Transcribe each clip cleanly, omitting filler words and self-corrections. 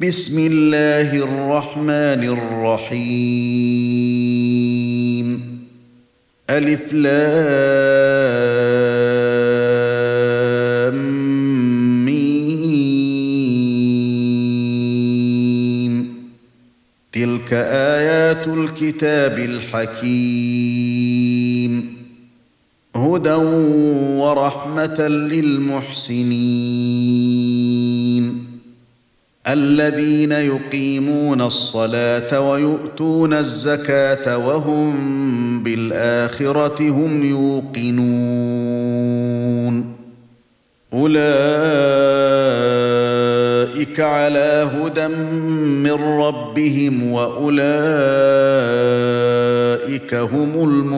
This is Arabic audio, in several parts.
بسم الله الرحمن الرحيم ألف لام ميم تلك آيات الكتاب الحكيم هدى ورحمة للمحسنين الذين يقيمون الصلاة ويؤتون الزكاة وهم بالآخرة هم يوقنون أولئك على هدى من ربهم وأولئك هم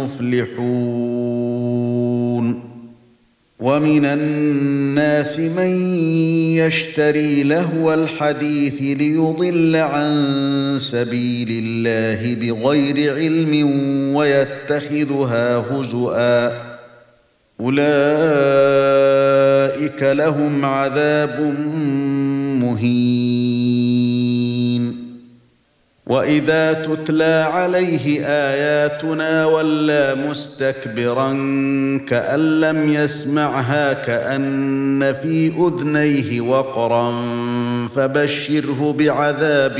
المفلحون ومن الناس من يشتري لهو الحديث ليضل عن سبيل الله بغير علم ويتخذها هزؤا أولئك لهم عذاب مهين وإذا تتلى عليه آياتنا ولى مستكبرا كأن لم يسمعها كأن في أذنيه وقرا فبشره بعذاب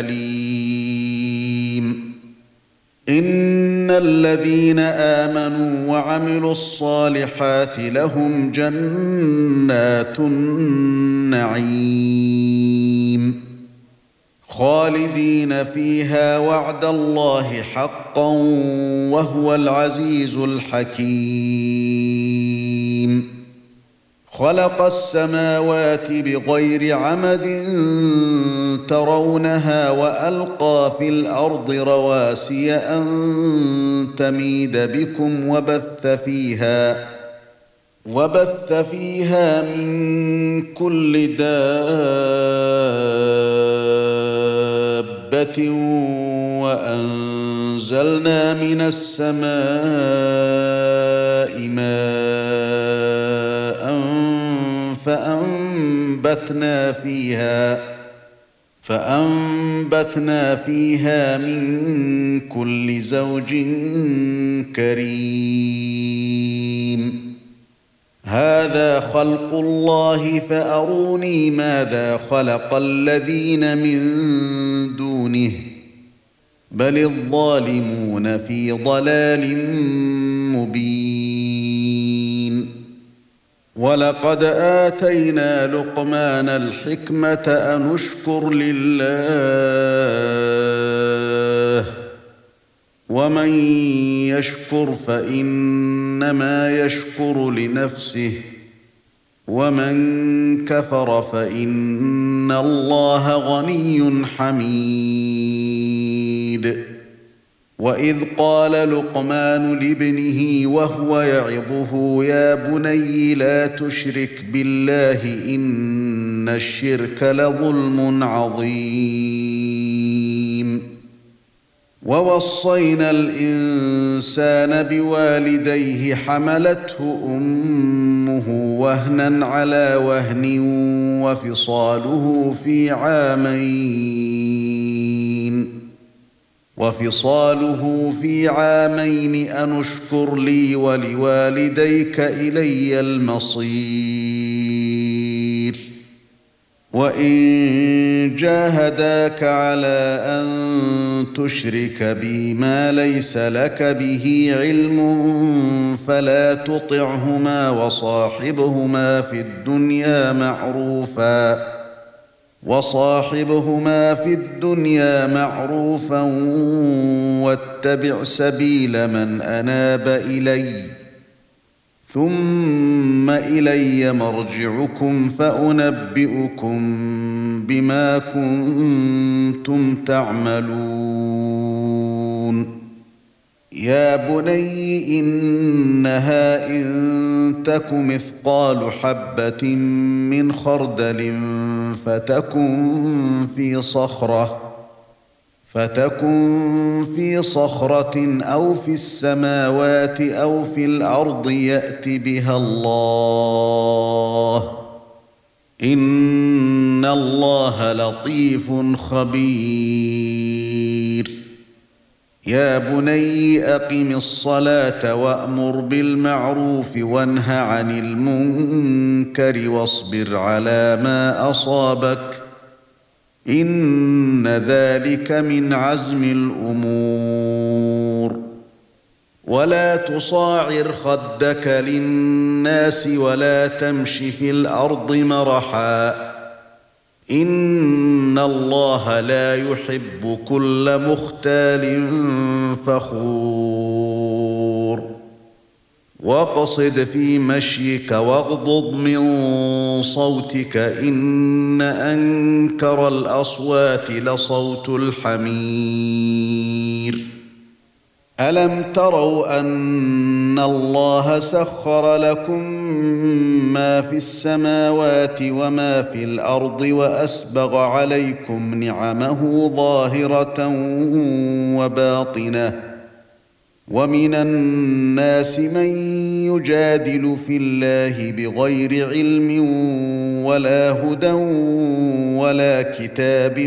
أليم إن الذين آمنوا وعملوا الصالحات لهم جنات النعيم خالدين فيها وعد الله حقا وهو العزيز الحكيم خلق السماوات بغير عمد ترونها وألقى في الأرض رواسي أن تميد بكم وبث فيها من كل دابة وأنزلنا من السماء ماء فأنبتنا فيها من كل زوج كريم هذا خلق الله فأروني ماذا خلق الذين من دونه بل الظالمون في ضلال مبين ولقد آتينا لقمان الحكمة أن اشكر لله ومن يشكر فإنما يشكر لنفسه ومن كفر فإن الله غني حميد وإذ قال لقمان لابنه وهو يعظه يا بني لا تشرك بالله إن الشرك لظلم عظيم ووصينا الإنسان بوالديه حملته أمه وهنا على وهن وفصاله في عامين أن اشكر لي ولوالديك إلي المصير وإن جاهداك على أن تشرك بي ما ليس لك به علم فلا تطعهما وصاحبهما في الدنيا معروفا واتبع سبيل من أناب إلي ثم إلي مرجعكم فأنبئكم بما كنتم تعملون يا بني إنها إن تك مثقال حبة من خردل فتكن في صخرة أو في السماوات أو في الأرض يأت بها الله إن الله لطيف خبير يا بني أقم الصلاة وأمر بالمعروف وانه عن المنكر واصبر على ما أصابك إن ذلك من عزم الأمور ولا تصاعر خدك للناس ولا تمش في الأرض مرحا إن الله لا يحب كل مختال فخور واقصد في مشيك واغضض من صوتك إن أنكر الأصوات لصوت الحمير ألم تروا أن الله سخر لكم ما في السماوات وما في الأرض وأسبغ عليكم نعمه ظاهرة وباطنة ومن الناس من يجادل في الله بغير علم ولا هدى ولا كتاب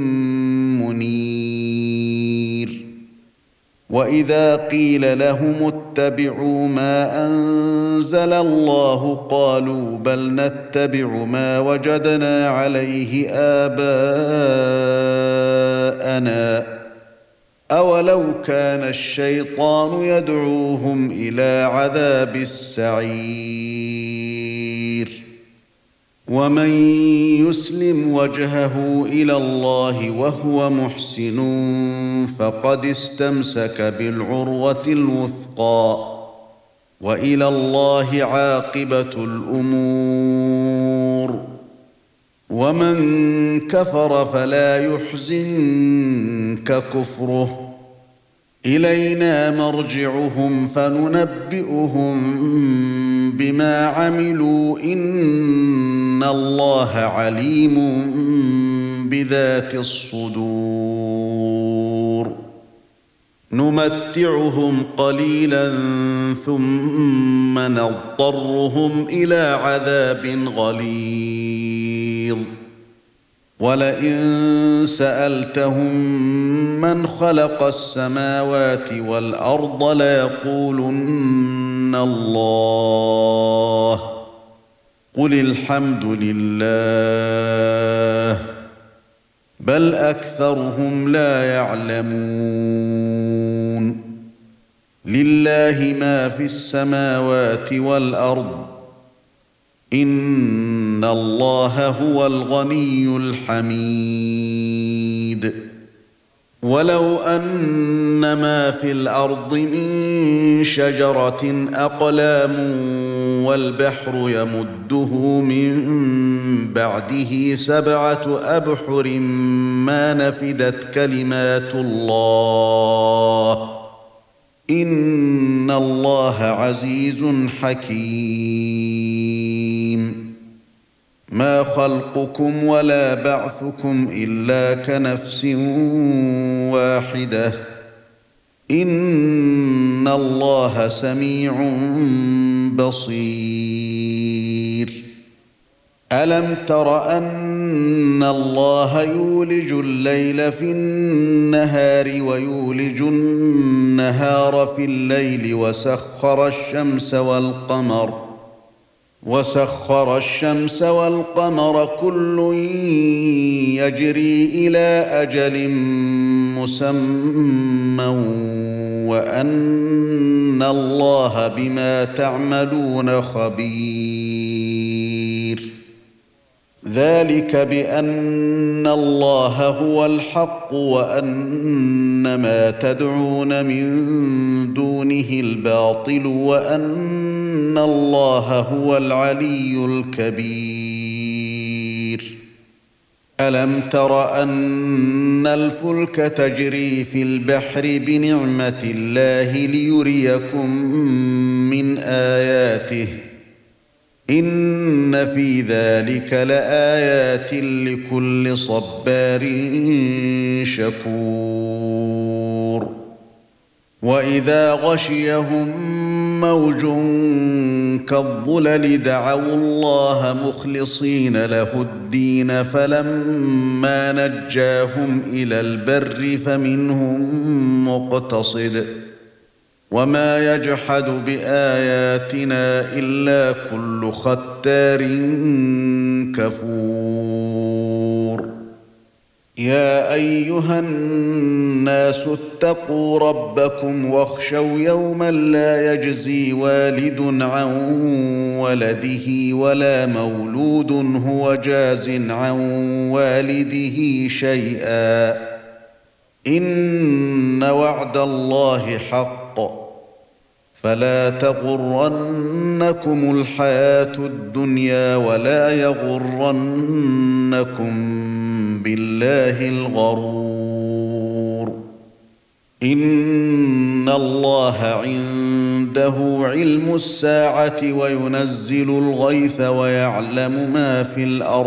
منير وإذا قيل لهم اتبعوا ما أنزل الله قالوا بل نتبع ما وجدنا عليه آباءنا أولو كان الشيطان يدعوهم إلى عذاب السعير ومن يسلم وجهه إلى الله وهو محسن فقد استمسك بالعروة الوثقى وإلى الله عاقبة الأمور ومن كفر فلا يحزنك كفره إلينا مرجعهم فننبئهم بما عملوا إن الله عليم بذات الصدور نمتعهم قليلا ثم نضطرهم إلى عذاب غليظ ولئن سألتهم من خلق السماوات والأرض ليقولن الله قل الحمد لله بل أكثرهم لا يعلمون لله ما في السماوات والأرض إن الله هو الغني الحميد ولو أن ما في الأرض من شجرة أقلام والبحر يمده من بعده 7 أبحر ما نفدت كلمات الله إن الله عزيز حكيم ما خلقكم ولا بعثكم إلا كنفس واحدة إن الله سميع بصير ألم تر أن الله يولج الليل في النهار ويولج النهار في الليل وسخر الشمس والقمر كل يجري إلى أجل مسمى وأن الله بما تعملون خبير ذلك بأن الله هو الحق وأن ما تدعون من دونه الباطل وأن الله هو العلي الكبير ألم تر أن الفلك تجري في البحر بنعمة الله ليريكم من آياته إن في ذلك لآيات لكل صبار شكور وإذا غشيهم موج كالظلل دعوا الله مخلصين له الدين فلما نجاهم إلى البر فمنهم مقتصد وما يجحد بآياتنا إلا كل ختار كفور يا أيها الناس اتقوا ربكم واخشوا يوما لا يجزي والد عن ولده ولا مولود هو جاز عن والده شيئا إن وعد الله حق فلا تغرنكم الحياة الدنيا ولا يغرنكم بالله الغرور إن الله عنده علم الساعة وينزل الغيث ويعلم ما في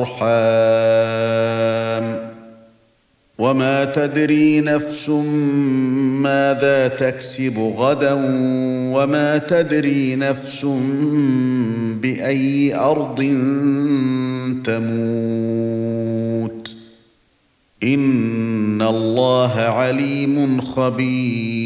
الأرحام وما تدري نفس ماذا تكسب غدا وما تدري نفس بأي أرض تموت إن الله عليم خبير